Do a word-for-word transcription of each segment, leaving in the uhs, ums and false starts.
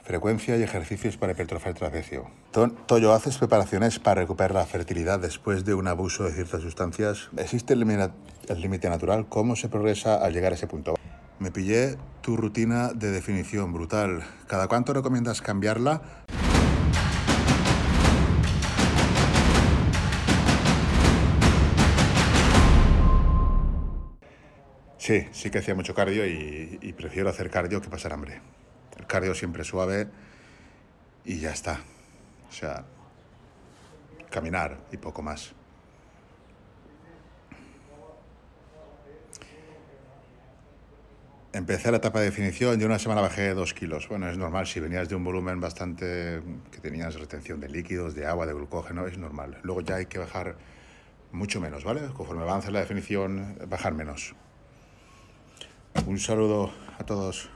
Frecuencia y ejercicios para hipertrofiar el trapecio. Toyo, ¿haces preparaciones para recuperar la fertilidad después de un abuso de ciertas sustancias? ¿Existe el límite natural? ¿Cómo se progresa al llegar a ese punto? Me pillé tu rutina de definición, brutal. ¿Cada cuánto recomiendas cambiarla? Sí, sí que hacía mucho cardio y, y prefiero hacer cardio que pasar hambre. El cardio siempre suave y ya está. O sea, caminar y poco más. Empecé la etapa de definición y en una semana bajé dos kilos. Bueno, es normal, si venías de un volumen bastante que tenías retención de líquidos, de agua, de glucógeno, es normal. Luego ya hay que bajar mucho menos, ¿vale? Conforme avance la definición, bajar menos. Un saludo a todos.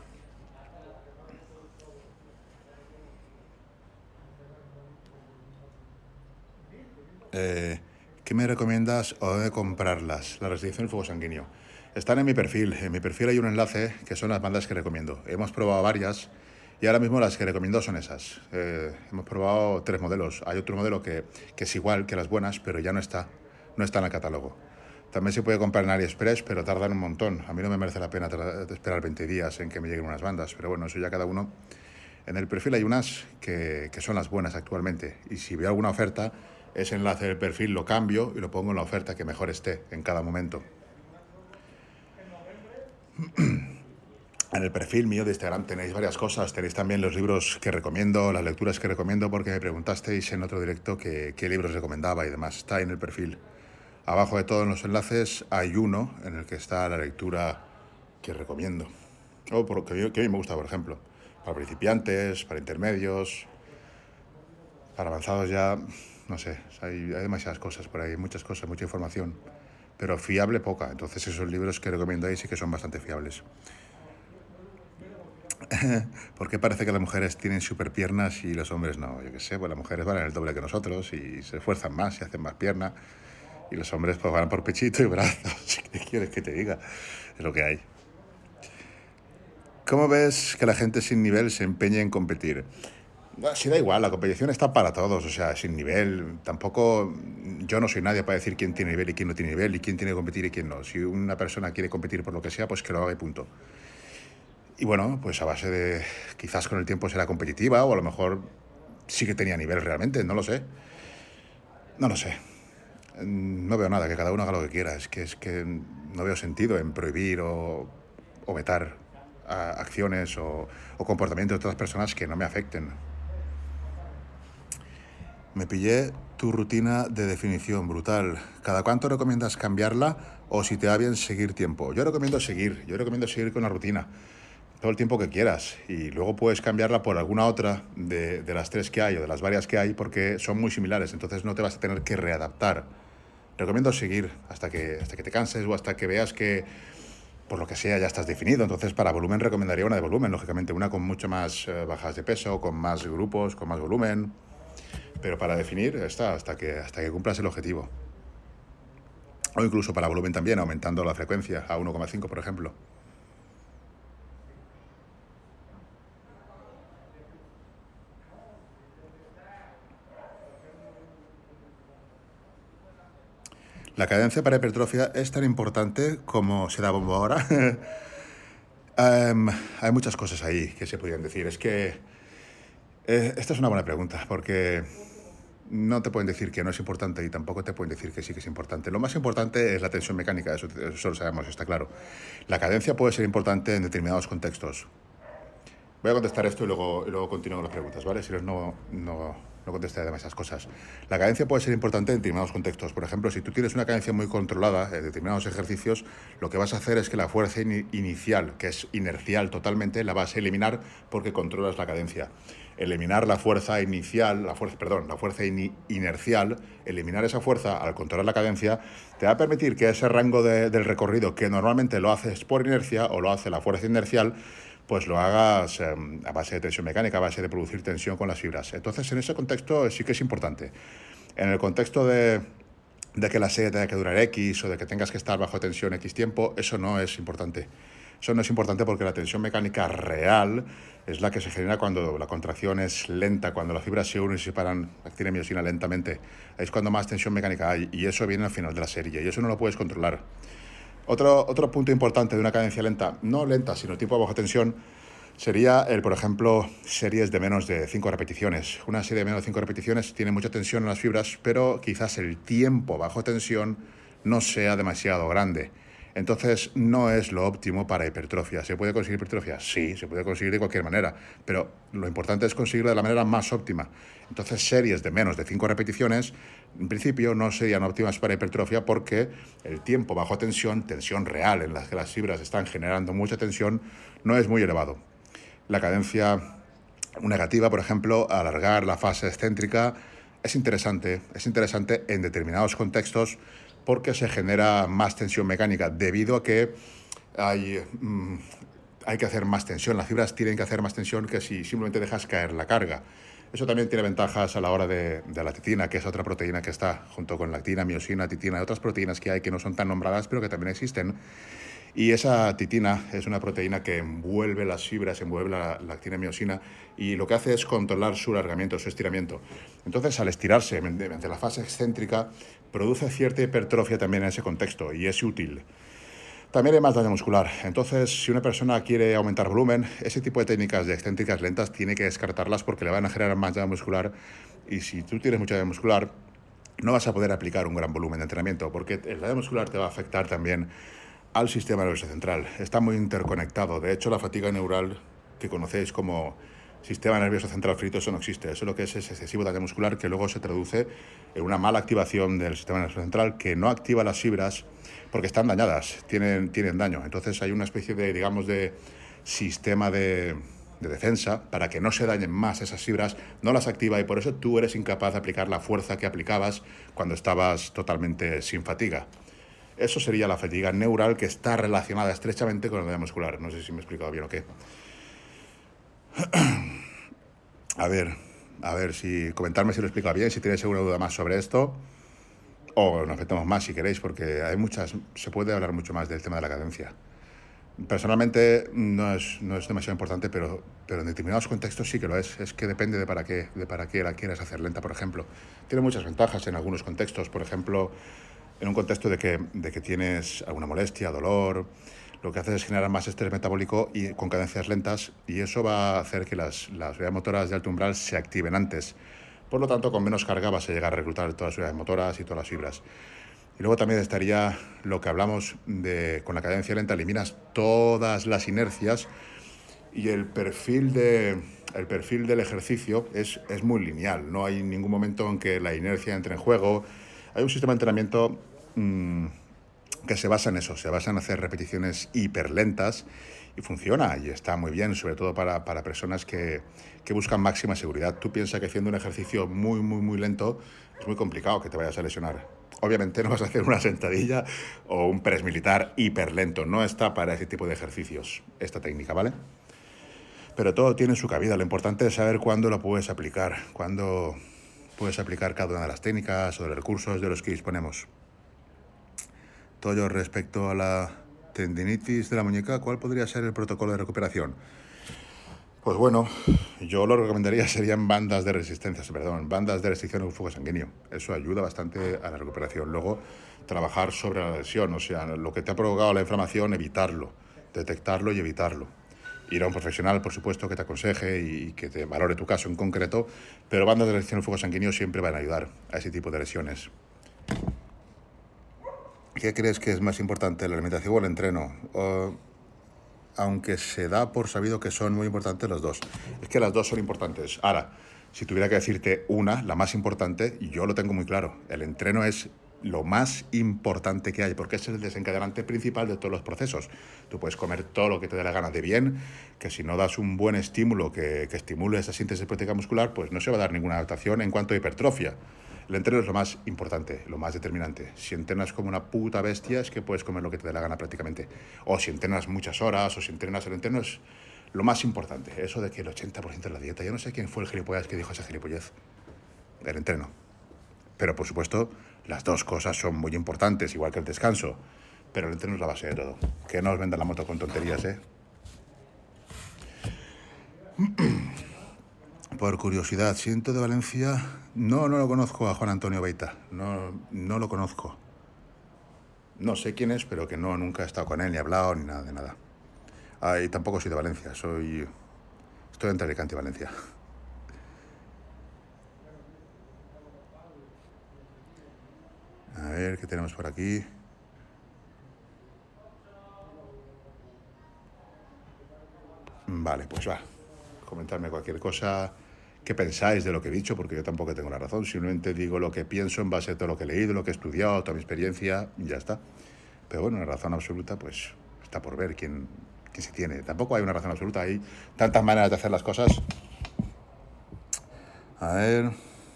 Eh, ¿Qué me recomiendas o dónde comprarlas? La restricción del fuego sanguíneo. Están en mi perfil. En mi perfil hay un enlace que son las bandas que recomiendo. Hemos probado varias y ahora mismo las que recomiendo son esas. Eh, hemos probado tres modelos. Hay otro modelo que, que es igual que las buenas, pero ya no está. No está en el catálogo. También se puede comprar en AliExpress, pero tardan un montón. A mí no me merece la pena esperar veinte días en que me lleguen unas bandas, pero bueno, eso ya cada uno. En el perfil hay unas que, que son las buenas actualmente. Y si veo alguna oferta, ese enlace del perfil lo cambio y lo pongo en la oferta que mejor esté en cada momento. En el perfil mío de Instagram tenéis varias cosas. Tenéis también los libros que recomiendo, las lecturas que recomiendo, porque me preguntasteis en otro directo que, qué libros recomendaba y demás. Está en el perfil. Abajo de todos los enlaces hay uno en el que está la lectura que recomiendo. O por, que, que a mí me gusta, por ejemplo. Para principiantes, para intermedios, para avanzados ya, no sé, hay, hay demasiadas cosas por ahí, muchas cosas, mucha información. Pero fiable poca. Entonces esos libros que recomiendo ahí sí que son bastante fiables. ¿Por qué parece que las mujeres tienen super piernas y los hombres no? Yo qué sé, pues las mujeres van el doble que nosotros y se esfuerzan más y hacen más pierna. Y los hombres pues van por pechito y brazos. ¿Qué quieres que te diga? Es lo que hay. ¿Cómo ves que la gente sin nivel se empeña en competir? Si da igual, la competición está para todos, o sea, sin nivel. Tampoco, yo no soy nadie para decir quién tiene nivel y quién no tiene nivel, y quién tiene que competir y quién no. Si una persona quiere competir por lo que sea, pues que lo haga y punto. Y bueno, pues a base de, quizás con el tiempo será competitiva, o a lo mejor sí que tenía nivel realmente, no lo sé. No lo sé. No veo nada, que cada uno haga lo que quiera. Es que, es que no veo sentido en prohibir o, o vetar a acciones o, o comportamientos de otras personas que no me afecten. Me pillé tu rutina de definición, brutal. ¿Cada cuánto recomiendas cambiarla o si te va bien seguir tiempo? Yo recomiendo seguir, yo recomiendo seguir con la rutina todo el tiempo que quieras y luego puedes cambiarla por alguna otra de, de las tres que hay o de las varias que hay porque son muy similares, entonces no te vas a tener que readaptar. Recomiendo seguir hasta que, hasta que te canses o hasta que veas que por lo que sea ya estás definido. Entonces para volumen recomendaría una de volumen, lógicamente una con mucho más eh, bajas de peso, con más grupos, con más volumen. Pero para definir está hasta que, hasta que cumplas el objetivo. O incluso para volumen también, aumentando la frecuencia a uno coma cinco, por ejemplo. La cadencia para hipertrofia es tan importante como se da bombo ahora. um, hay muchas cosas ahí que se podrían decir. Es que eh, esta es una buena pregunta, porque no te pueden decir que no es importante y tampoco te pueden decir que sí que es importante. Lo más importante es la tensión mecánica, eso, eso lo sabemos, está claro. La cadencia puede ser importante en determinados contextos. Voy a contestar esto y luego, y luego continúo con las preguntas, ¿vale? Si no, no, no, no contestaré demasiadas cosas. La cadencia puede ser importante en determinados contextos. Por ejemplo, si tú tienes una cadencia muy controlada en determinados ejercicios, lo que vas a hacer es que la fuerza in inicial, que es inercial totalmente, la vas a eliminar porque controlas la cadencia. Eliminar la fuerza inicial, la fuerza, perdón, la fuerza in inercial, eliminar esa fuerza al controlar la cadencia, te va a permitir que ese rango de, del recorrido que normalmente lo haces por inercia o lo hace la fuerza inercial, pues lo hagas eh, a base de tensión mecánica, a base de producir tensión con las fibras. Entonces, en ese contexto sí que es importante. En el contexto de, de que la serie tenga que durar X o de que tengas que estar bajo tensión X tiempo, eso no es importante. Eso no es importante porque la tensión mecánica real es la que se genera cuando la contracción es lenta, cuando las fibras se unen y se separan actina y miosina lentamente. Es cuando más tensión mecánica hay, y eso viene al final de la serie, y eso no lo puedes controlar. Otro, otro punto importante de una cadencia lenta, no lenta, sino tipo bajo tensión, sería, el, por ejemplo, series de menos de cinco repeticiones. Una serie de menos de cinco repeticiones tiene mucha tensión en las fibras, pero quizás el tiempo bajo tensión no sea demasiado grande. Entonces, no es lo óptimo para hipertrofia. ¿Se puede conseguir hipertrofia? Sí, se puede conseguir de cualquier manera, pero lo importante es conseguirlo de la manera más óptima. Entonces, series de menos de cinco repeticiones, en principio, no serían óptimas para hipertrofia porque el tiempo bajo tensión, tensión real en la que las fibras están generando mucha tensión, no es muy elevado. La cadencia negativa, por ejemplo, alargar la fase excéntrica, es interesante, es interesante en determinados contextos porque se genera más tensión mecánica debido a que hay, mmm, hay que hacer más tensión. Las fibras tienen que hacer más tensión que si simplemente dejas caer la carga. Eso también tiene ventajas a la hora de, de la titina, que es otra proteína que está junto con lactina, miosina, titina y otras proteínas que hay que no son tan nombradas, pero que también existen. Y esa titina es una proteína que envuelve las fibras, envuelve la lactina y miosina, y lo que hace es controlar su alargamiento, su estiramiento. Entonces, al estirarse mediante la fase excéntrica, produce cierta hipertrofia también en ese contexto, y es útil. También hay más daño muscular. Entonces, si una persona quiere aumentar volumen, ese tipo de técnicas de excéntricas lentas tiene que descartarlas porque le van a generar más daño muscular. Y si tú tienes mucho daño muscular, no vas a poder aplicar un gran volumen de entrenamiento porque el daño muscular te va a afectar también al sistema nervioso central. Está muy interconectado. De hecho, la fatiga neural que conocéis como sistema nervioso central frito, eso no existe. Eso lo que es es excesivo daño muscular que luego se traduce en una mala activación del sistema nervioso central que no activa las fibras porque están dañadas, tienen, tienen daño. Entonces hay una especie de, digamos, de sistema de, de defensa para que no se dañen más esas fibras, no las activa y por eso tú eres incapaz de aplicar la fuerza que aplicabas cuando estabas totalmente sin fatiga. Eso sería la fatiga neural que está relacionada estrechamente con el daño muscular. No sé si me he explicado bien o qué. A ver, a ver si comentarme si lo he explicado bien, si tenéis alguna duda más sobre esto. O nos metemos más si queréis, porque hay muchas, se puede hablar mucho más del tema de la cadencia. Personalmente no es, no es demasiado importante, pero, pero en determinados contextos sí que lo es. Es que depende de para qué, de para qué la quieras hacer lenta, por ejemplo. Tiene muchas ventajas en algunos contextos. Por ejemplo, en un contexto de que, de que tienes alguna molestia, dolor, lo que hace es generar más estrés metabólico y con cadencias lentas, y eso va a hacer que las, las unidades motoras de alto umbral se activen antes. Por lo tanto, con menos carga vas a llegar a reclutar todas las unidades motoras y todas las fibras. Y luego también estaría lo que hablamos de con la cadencia lenta, eliminas todas las inercias y el perfil, de, el perfil del ejercicio es, es muy lineal. No hay ningún momento en que la inercia entre en juego. Hay un sistema de entrenamiento mmm, que se basa en eso, se basa en hacer repeticiones hiperlentas y funciona y está muy bien, sobre todo para, para personas que, que buscan máxima seguridad. Tú piensas que haciendo un ejercicio muy, muy, muy lento es muy complicado que te vayas a lesionar. Obviamente no vas a hacer una sentadilla o un press militar hiperlento, no está para ese tipo de ejercicios esta técnica, ¿vale? Pero todo tiene su cabida, lo importante es saber cuándo lo puedes aplicar, cuándo puedes aplicar cada una de las técnicas o de los recursos de los que disponemos. Todo ello respecto a la tendinitis de la muñeca, ¿cuál podría ser el protocolo de recuperación? Pues bueno, yo lo recomendaría serían bandas de resistencia, perdón, bandas de restricción del flujo sanguíneo. Eso ayuda bastante a la recuperación. Luego, trabajar sobre la lesión, o sea, lo que te ha provocado la inflamación, evitarlo, detectarlo y evitarlo. Ir a un profesional, por supuesto, que te aconseje y que te valore tu caso en concreto, pero bandas de restricción del flujo sanguíneo siempre van a ayudar a ese tipo de lesiones. ¿Qué crees que es más importante, la alimentación o el entreno? O, aunque se da por sabido que son muy importantes los dos. Es que las dos son importantes. Ahora, si tuviera que decirte una, la más importante, yo lo tengo muy claro. El entreno es lo más importante que hay, porque es el desencadenante principal de todos los procesos. Tú puedes comer todo lo que te dé la gana de bien, que si no das un buen estímulo que, que estimule esa síntesis proteica muscular, pues no se va a dar ninguna adaptación en cuanto a hipertrofia. El entreno es lo más importante, lo más determinante. Si entrenas como una puta bestia, es que puedes comer lo que te dé la gana prácticamente. O si entrenas muchas horas, o si entrenas el entreno, es lo más importante. Eso de que el ochenta por ciento de la dieta, yo no sé quién fue el gilipollas que dijo esa gilipollez. El entreno. Pero, por supuesto, las dos cosas son muy importantes, igual que el descanso. pero el entreno es la base de todo. Que no os vendan la moto con tonterías, ¿eh? Por curiosidad, siento de Valencia... No, no lo conozco a Juan Antonio Beita. No, no lo conozco. No sé quién es, pero que no, nunca he estado con él, ni he hablado, ni nada de nada. Ah, y tampoco soy de Valencia, soy... Estoy entre Alicante y Valencia. A ver, ¿qué tenemos por aquí? Vale, pues va. Comentadme cualquier cosa. ¿Qué pensáis de lo que he dicho? Porque yo tampoco tengo la razón. Simplemente digo lo que pienso en base a todo lo que he leído, lo que he estudiado, toda mi experiencia, y ya está. Pero bueno, la razón absoluta, pues, está por ver quién, quién se tiene. Tampoco hay una razón absoluta. Hay tantas maneras de hacer las cosas. A ver...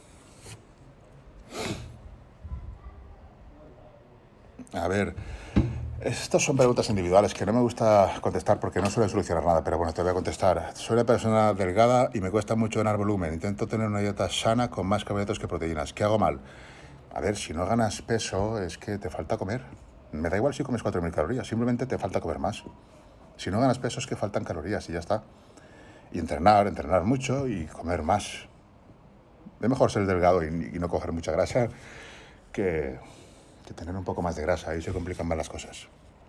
A ver... Estas son preguntas individuales que no me gusta contestar porque no suelen solucionar nada, pero bueno, te voy a contestar. Soy una persona delgada y me cuesta mucho ganar volumen. Intento tener una dieta sana con más carbohidratos que proteínas. ¿Qué hago mal? A ver, si no ganas peso es que te falta comer. Me da igual si comes cuatro mil calorías, simplemente te falta comer más. Si no ganas peso es que faltan calorías y ya está. Y entrenar, entrenar mucho y comer más. Es mejor ser delgado y, y no coger mucha grasa que... que tener un poco más de grasa, ahí se complican más las cosas.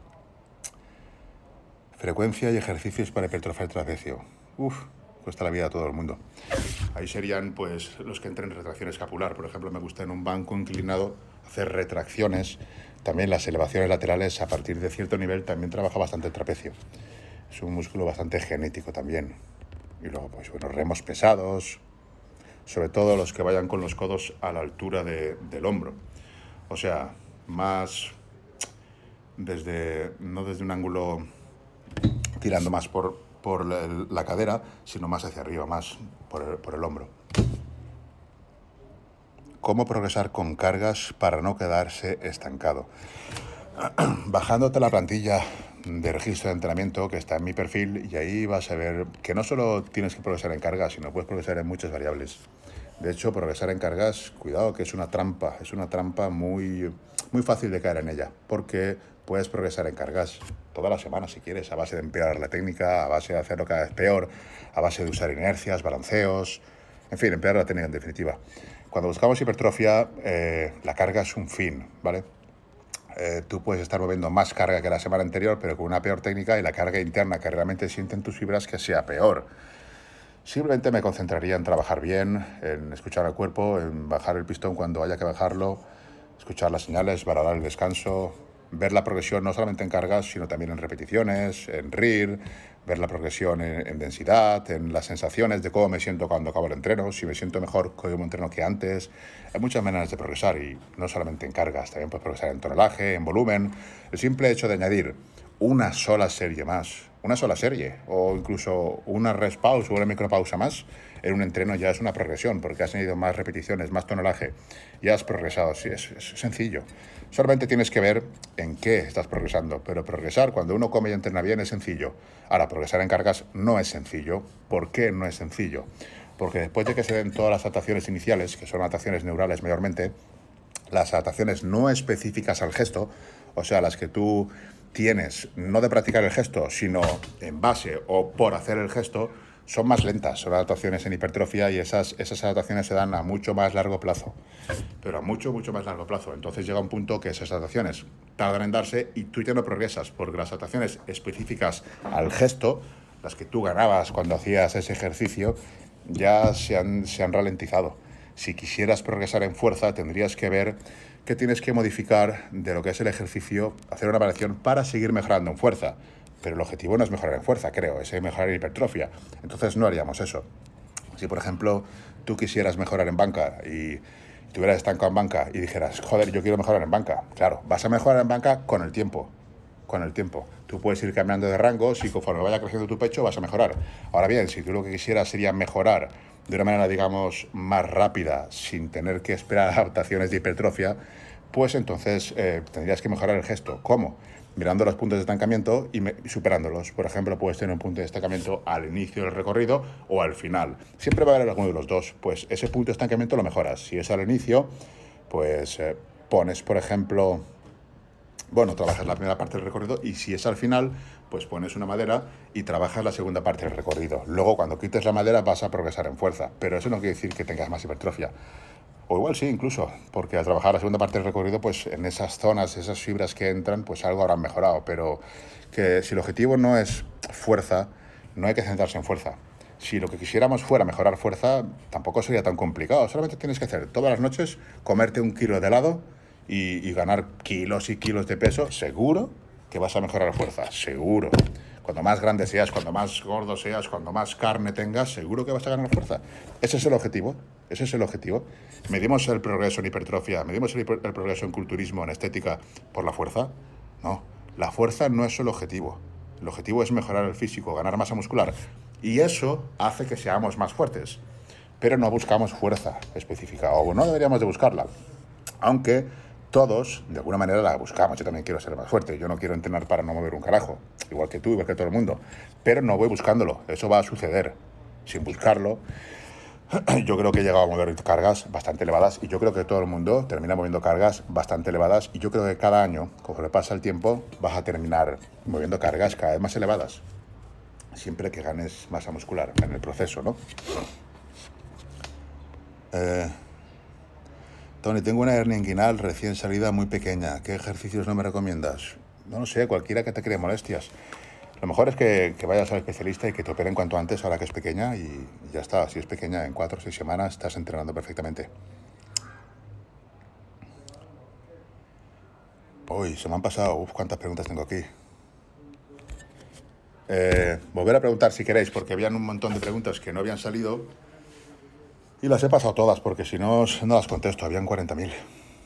Frecuencia y ejercicios para hipertrofiar el trapecio. Uf, cuesta la vida a todo el mundo. Ahí serían pues los que entren en retracción escapular. Por ejemplo, me gusta en un banco inclinado hacer retracciones. También las elevaciones laterales a partir de cierto nivel también trabaja bastante el trapecio. Es un músculo bastante genético también. Y luego, pues bueno, remos pesados, sobre todo los que vayan con los codos a la altura de, del hombro. O sea, más desde, no desde un ángulo tirando más por, por la, la cadera, sino más hacia arriba, más por el, por el hombro. ¿Cómo progresar con cargas para no quedarse estancado? Bajándote la plantilla de registro de entrenamiento que está en mi perfil y ahí vas a ver que no solo tienes que progresar en cargas, sino puedes progresar en muchas variables. De hecho, progresar en cargas, cuidado que es una trampa, es una trampa muy, muy fácil de caer en ella, porque puedes progresar en cargas toda la semana si quieres, a base de empeorar la técnica, a base de hacerlo cada vez peor, a base de usar inercias, balanceos, en fin, empeorar la técnica en definitiva. Cuando buscamos hipertrofia, eh, la carga es un fin, ¿vale? Eh, tú puedes estar moviendo más carga que la semana anterior, pero con una peor técnica y la carga interna que realmente sienten tus fibras que sea peor. Simplemente me concentraría en trabajar bien, en escuchar al cuerpo, en bajar el pistón cuando haya que bajarlo, escuchar las señales, valorar el descanso, ver la progresión no solamente en cargas, sino también en repeticiones, en R I R, ver la progresión en, en densidad, en las sensaciones de cómo me siento cuando acabo el entreno, si me siento mejor como entreno que antes. Hay muchas maneras de progresar y no solamente en cargas, también puedes progresar en tonelaje, en volumen. El simple hecho de añadir una sola serie más, una sola serie, o incluso una rest pause o una micropausa más en un entreno ya es una progresión, porque has añadido más repeticiones, más tonelaje, ya has progresado. Sí, es, es sencillo. Solamente tienes que ver en qué estás progresando, pero progresar cuando uno come y entrena bien es sencillo. Ahora, progresar en cargas no es sencillo. ¿Por qué no es sencillo? Porque después de que se den todas las adaptaciones iniciales, que son adaptaciones neurales mayormente, las adaptaciones no específicas al gesto, o sea, las que tú tienes no de practicar el gesto, sino en base o por hacer el gesto, son más lentas, son adaptaciones en hipertrofia y esas, esas adaptaciones se dan a mucho más largo plazo, pero a mucho, mucho más largo plazo. Entonces llega un punto que esas adaptaciones tardan en darse y tú ya no progresas, porque las adaptaciones específicas al gesto, las que tú ganabas cuando hacías ese ejercicio, ya se han, se han ralentizado. Si quisieras progresar en fuerza, tendrías que ver qué tienes que modificar de lo que es el ejercicio, hacer una variación para seguir mejorando en fuerza. Pero el objetivo no es mejorar en fuerza, creo, es mejorar en hipertrofia. Entonces no haríamos eso. Si, por ejemplo, tú quisieras mejorar en banca y te hubieras estancado en banca y dijeras, joder, yo quiero mejorar en banca. Claro, vas a mejorar en banca con el tiempo. Con el tiempo. Tú puedes ir cambiando de rangos y conforme vaya creciendo tu pecho vas a mejorar. Ahora bien, si tú lo que quisieras sería mejorar de una manera, digamos, más rápida, sin tener que esperar adaptaciones de hipertrofia, pues entonces eh, tendrías que mejorar el gesto. ¿Cómo? Mirando los puntos de estancamiento y, me, y superándolos. Por ejemplo, puedes tener un punto de estancamiento al inicio del recorrido o al final. Siempre va a haber alguno de los dos. Pues ese punto de estancamiento lo mejoras. Si es al inicio, pues eh, pones, por ejemplo, bueno, trabajas la primera parte del recorrido y si es al final, pues pones una madera y trabajas la segunda parte del recorrido. Luego, cuando quites la madera, vas a progresar en fuerza, pero eso no quiere decir que tengas más hipertrofia. O igual sí, incluso, porque al trabajar la segunda parte del recorrido, pues en esas zonas, esas fibras que entran, pues algo habrán mejorado. Pero que si el objetivo no es fuerza, no hay que centrarse en fuerza. Si lo que quisiéramos fuera mejorar fuerza, tampoco sería tan complicado. Solamente tienes que hacer todas las noches, comerte un kilo de helado y, y ganar kilos y kilos de peso. Seguro que vas a mejorar fuerza, seguro. Cuando más grande seas, cuando más gordo seas, cuando más carne tengas, seguro que vas a ganar fuerza. Ese es el objetivo, ese es el objetivo. ¿Medimos el progreso en hipertrofia, medimos el, hiper, el progreso en culturismo, en estética, por la fuerza? No, la fuerza no es el objetivo. El objetivo es mejorar el físico, ganar masa muscular. Y eso hace que seamos más fuertes. Pero no buscamos fuerza específica, o no deberíamos de buscarla. Aunque todos, de alguna manera, la buscamos. Yo también quiero ser más fuerte. Yo no quiero entrenar para no mover un carajo. Igual que tú, igual que todo el mundo. Pero no voy buscándolo. Eso va a suceder. Sin buscarlo, yo creo que he llegado a mover cargas bastante elevadas. Y yo creo que todo el mundo termina moviendo cargas bastante elevadas. Y yo creo que cada año, conforme pasa el tiempo, vas a terminar moviendo cargas cada vez más elevadas. Siempre que ganes masa muscular en el proceso, ¿no? Eh... Tony, tengo una hernia inguinal recién salida muy pequeña. ¿Qué ejercicios no me recomiendas? No lo sé, cualquiera que te cree molestias. Lo mejor es que, que vayas al especialista y que te operen cuanto antes, ahora que es pequeña, y ya está. Si es pequeña, en cuatro o seis semanas estás entrenando perfectamente. Uy, se me han pasado. Uf, cuántas preguntas tengo aquí. Eh, volver a preguntar si queréis, porque habían un montón de preguntas que no habían salido. Y las he pasado todas, porque si no, no las contesto. Habían cuarenta mil.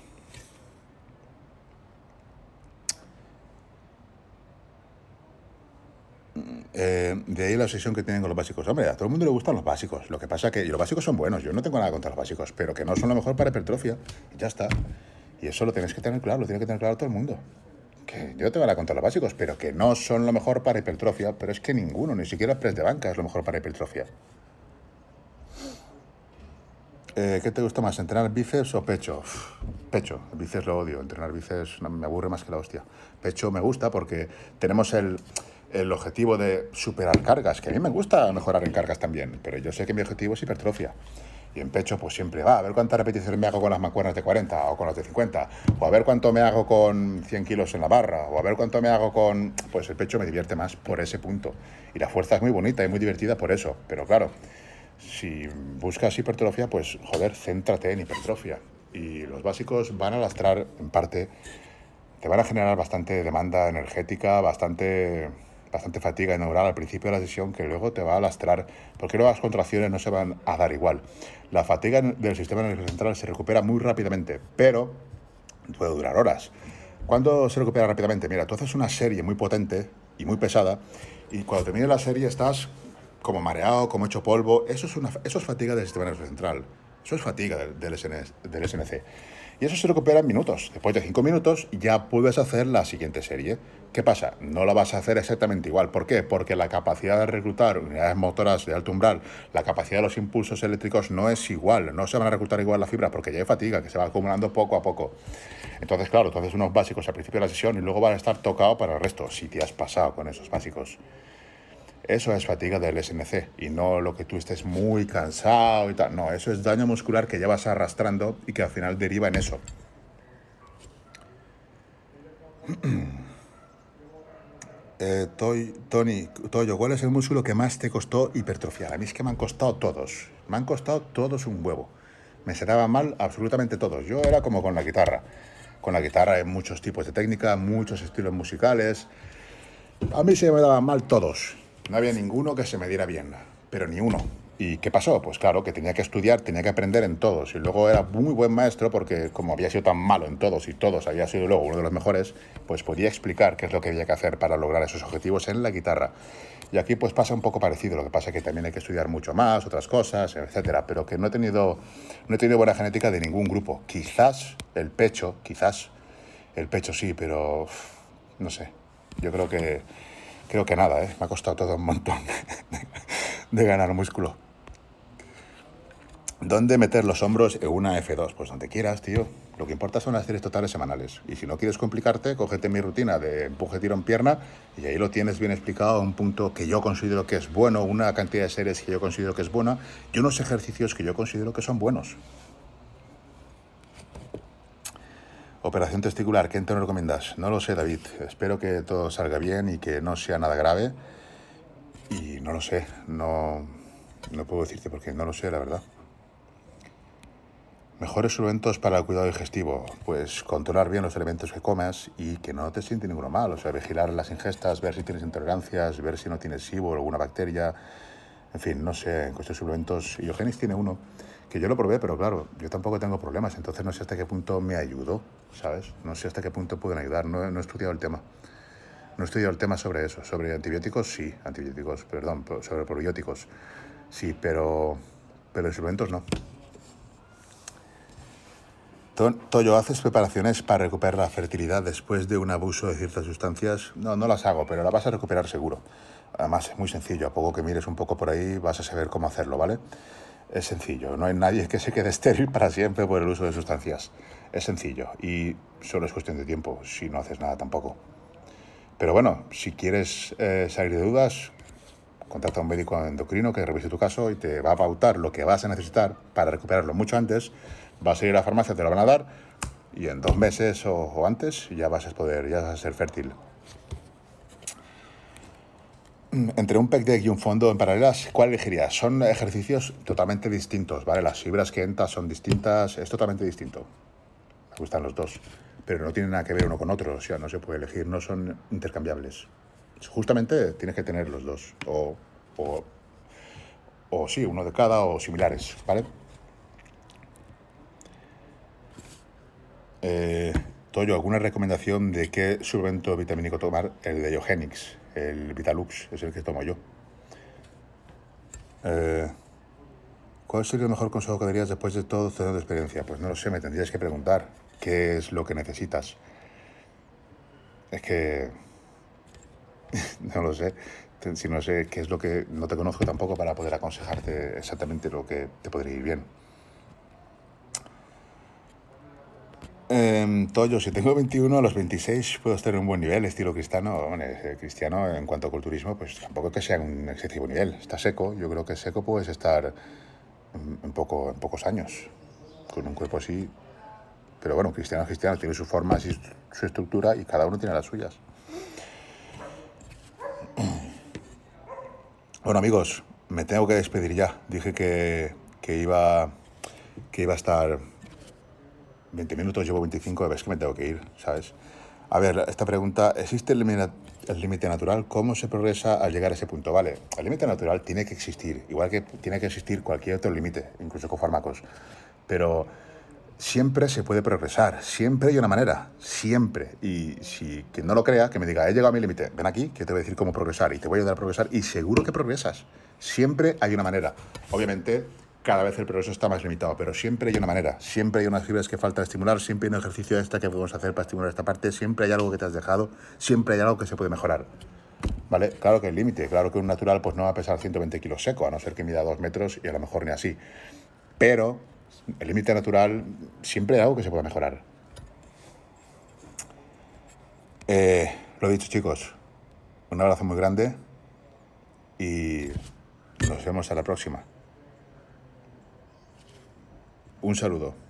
Eh, de ahí la obsesión que tienen con los básicos. Hombre, a todo el mundo le gustan los básicos. Lo que pasa que y los básicos son buenos. Yo no tengo nada contra los básicos, pero que no son lo mejor para hipertrofia. Y ya está. Y eso lo tienes que tener claro, lo tiene que tener claro todo el mundo. Que yo no tengo nada contra los básicos, pero que no son lo mejor para hipertrofia. Pero es que ninguno, ni siquiera el press de banca es lo mejor para hipertrofia. Eh, ¿Qué te gusta más, entrenar bíceps o pecho? Uf, pecho, bíceps lo odio, entrenar bíceps me aburre más que la hostia. Pecho me gusta porque tenemos el, el objetivo de superar cargas, que a mí me gusta mejorar en cargas también, pero yo sé que mi objetivo es hipertrofia. Y en pecho pues siempre va, a ver cuántas repeticiones me hago con las mancuernas de cuarenta o con las de cincuenta, o a ver cuánto me hago con cien kilos en la barra, o a ver cuánto me hago con... Pues el pecho me divierte más por ese punto. Y la fuerza es muy bonita y muy divertida por eso, pero claro... Si buscas hipertrofia, pues, joder, céntrate en hipertrofia. Y los básicos van a lastrar, en parte, te van a generar bastante demanda energética, bastante, bastante fatiga neural al principio de la sesión, que luego te va a lastrar, porque luego las contracciones no se van a dar igual. La fatiga del sistema nervioso central se recupera muy rápidamente, pero puede durar horas. ¿Cuándo se recupera rápidamente? Mira, tú haces una serie muy potente y muy pesada, y cuando termine la serie estás... como mareado, como hecho polvo. Eso es, una, eso es fatiga del sistema nervioso central. Eso es fatiga del, del, S N, del S N C. Y eso se recupera en minutos. Después de cinco minutos ya puedes hacer la siguiente serie. ¿Qué pasa? No la vas a hacer exactamente igual. ¿Por qué? Porque la capacidad de reclutar unidades motoras de alto umbral, la capacidad de los impulsos eléctricos no es igual. No se van a reclutar igual las fibras porque ya hay fatiga que se va acumulando poco a poco. Entonces, claro, tú haces unos básicos al principio de la sesión y luego van a estar tocado para el resto, si te has pasado con esos básicos. Eso es fatiga del S N C y no lo que tú estés muy cansado y tal. No, eso es daño muscular que ya vas arrastrando y que al final deriva en eso. eh, toy, Tony, Toyo, ¿cuál es el músculo que más te costó hipertrofiar? A mí es que me han costado todos. Me han costado todos un huevo. Me se daban mal absolutamente todos. Yo era como con la guitarra. Con la guitarra hay muchos tipos de técnica, muchos estilos musicales. A mí se me daban mal todos. No había ninguno que se me diera bien, pero ni uno. ¿Y qué pasó? Pues claro, que tenía que estudiar, tenía que aprender en todos. Y luego era muy buen maestro porque como había sido tan malo en todos y todos había sido luego uno de los mejores, pues podía explicar qué es lo que había que hacer para lograr esos objetivos en la guitarra. Y aquí pues pasa un poco parecido, lo que pasa es que también hay que estudiar mucho más, otras cosas, etcétera. Pero que no he tenido, no he tenido buena genética de ningún grupo. Quizás el pecho, quizás el pecho sí, pero no sé. Yo creo que... Creo que nada, ¿eh? Me ha costado todo un montón de ganar músculo. ¿Dónde meter los hombros en una F dos? Pues donde quieras, tío. Lo que importa son las series totales semanales. Y si no quieres complicarte, cógete mi rutina de empuje, tiro en pierna y ahí lo tienes bien explicado a un punto que yo considero que es bueno, una cantidad de series que yo considero que es buena y unos ejercicios que yo considero que son buenos. Operación testicular, ¿quién te lo recomiendas? No lo sé, David. Espero que todo salga bien y que no sea nada grave. Y no lo sé, no, no puedo decirte porque no lo sé, la verdad. Mejores suplementos para el cuidado digestivo, pues controlar bien los alimentos que comas y que no te siente ninguno mal, o sea, vigilar las ingestas, ver si tienes intolerancias, ver si no tienes SIBO o alguna bacteria, en fin, no sé, en cuestión de suplementos, Iogenis tiene uno, que yo lo probé, pero claro, yo tampoco tengo problemas, entonces no sé hasta qué punto me ayudó, ¿sabes? No sé hasta qué punto pueden ayudar, no, no he estudiado el tema. No he estudiado el tema sobre eso, sobre antibióticos, sí, antibióticos, perdón, sobre probióticos, sí, pero, pero suplementos no. Toyo, ¿haces preparaciones para recuperar la fertilidad después de un abuso de ciertas sustancias? No, no las hago, pero la vas a recuperar seguro. Además, es muy sencillo. A poco que mires un poco por ahí, vas a saber cómo hacerlo, ¿vale? Es sencillo. No hay nadie que se quede estéril para siempre por el uso de sustancias. Es sencillo. Y solo es cuestión de tiempo, si no haces nada tampoco. Pero bueno, si quieres eh, salir de dudas, contacta a un médico endocrino que revise tu caso y te va a pautar lo que vas a necesitar para recuperarlo mucho antes. Vas a ir a la farmacia, te lo van a dar y en dos meses o, o antes ya vas a poder, ya vas a ser fértil. Entre un pec deck y un fondo en paralelas, ¿cuál elegirías? Son ejercicios totalmente distintos, ¿vale? Las fibras que entras son distintas, es totalmente distinto. Me gustan los dos, pero no tienen nada que ver uno con otro, o sea, no se puede elegir, no son intercambiables. Justamente tienes que tener los dos, o, o, o sí, uno de cada o similares, ¿vale? Eh, Toyo, ¿alguna recomendación de qué suplemento vitamínico tomar? El de Iogenix, el Vitalux, es el que tomo yo. Eh, ¿Cuál sería el mejor consejo que darías después de todo tu años de experiencia? Pues no lo sé, me tendrías que preguntar qué es lo que necesitas. Es que no lo sé, si no sé qué es lo que no te conozco tampoco para poder aconsejarte exactamente lo que te podría ir bien. Eh, Toyo, si tengo veintiuno, a los veintiséis puedo estar en un buen nivel, estilo cristiano. Bueno, eh, cristiano en cuanto a culturismo, pues tampoco que sea en un excesivo nivel. Está seco, yo creo que seco puedes estar en, en, poco, en pocos años, con un cuerpo así. Pero bueno, cristiano cristiano tiene sus formas y su estructura y cada uno tiene las suyas. Bueno, amigos, me tengo que despedir ya. Dije que, que, iba, que iba a estar veinte minutos, llevo veinticinco, ves que me tengo que ir, ¿sabes? A ver, esta pregunta, ¿existe el límite natural? ¿Cómo se progresa al llegar a ese punto? Vale, el límite natural tiene que existir, igual que tiene que existir cualquier otro límite, incluso con fármacos. Pero siempre se puede progresar, siempre hay una manera, siempre. Y si quien no lo crea, que me diga, he llegado a mi límite, ven aquí, que te voy a decir cómo progresar y te voy a ayudar a progresar y seguro que progresas. Siempre hay una manera. Obviamente, cada vez el progreso está más limitado, pero siempre hay una manera, siempre hay unas fibras que falta estimular, siempre hay un ejercicio extra que podemos hacer para estimular esta parte, siempre hay algo que te has dejado, siempre hay algo que se puede mejorar. ¿Vale? Claro que hay límite, claro que un natural pues no va a pesar ciento veinte kilos seco, a no ser que mida dos metros y a lo mejor ni así. Pero el límite natural siempre hay algo que se puede mejorar. Eh, lo dicho, chicos, un abrazo muy grande y nos vemos a la próxima. Un saludo.